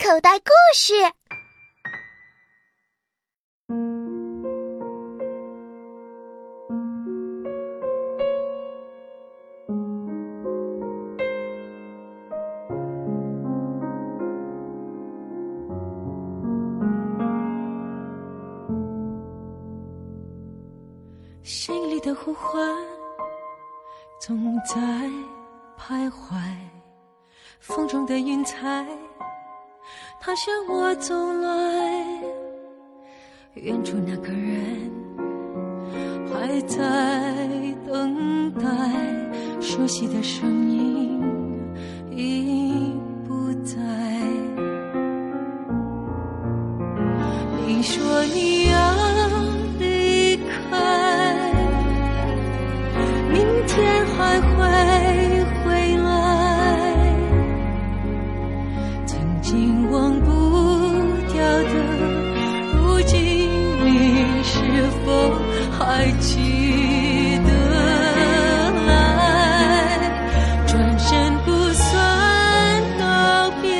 口袋故事。 心里的呼唤总在徘徊，风中的云彩它向我走来，远处那个人还在等待，熟悉的声音已不在。你说你要离开，明天还会回来，曾经忘不掉的，如今你是否还记得来？转身不算告别，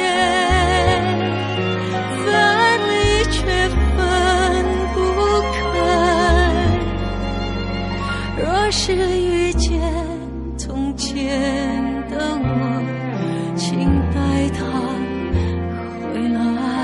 分离却分不开。若是遇见从前的我，请带他回来。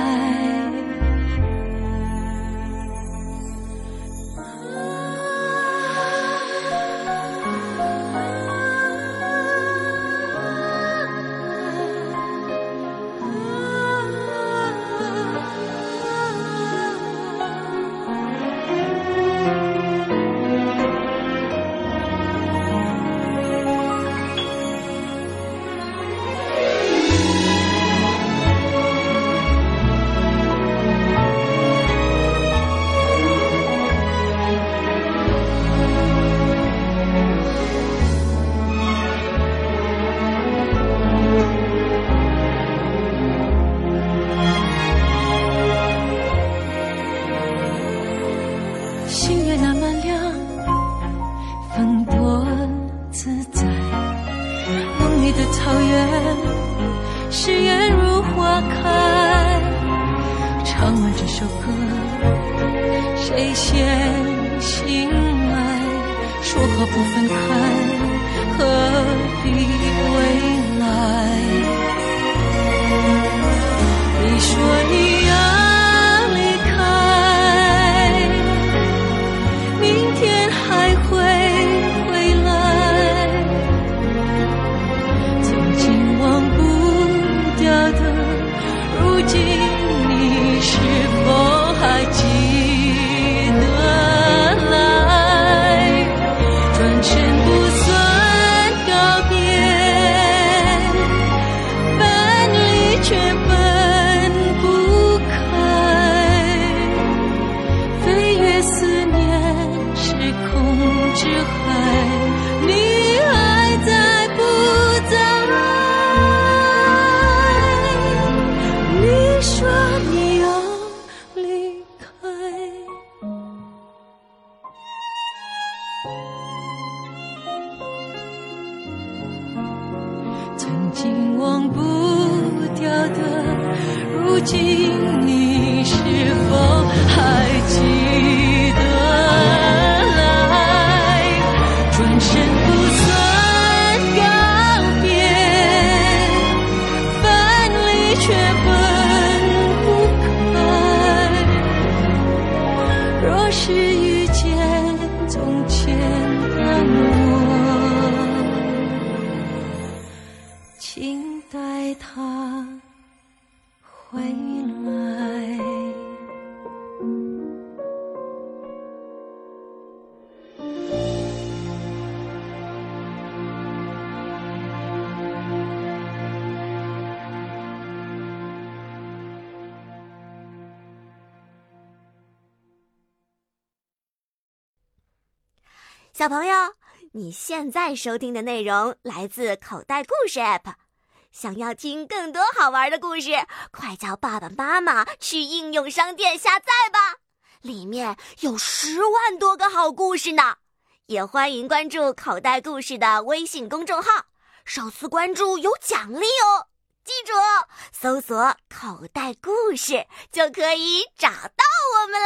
星月那么亮，风多自在，梦里的草原誓言如花开。唱完这首歌，谁先醒来？说好不分开，何必未来？你说你要还会回来，曾经忘不掉的，如今你是否还记得来？转身不算告别，分离却分不开，飞越思念时空之海，你还在不在？你说你要离开，曾经忘不掉的，如今你是否还记得？转身不算告别，分离却分不开。若是遇见从前的我，请带他回来。 小朋友，你现在收听的内容来自口袋故事 App。想要听更多好玩的故事，快叫爸爸妈妈去应用商店下载吧，里面有10万多个好故事呢。也欢迎关注口袋故事的微信公众号，首次关注有奖励哦。 记住，搜索口袋故事就可以找到我们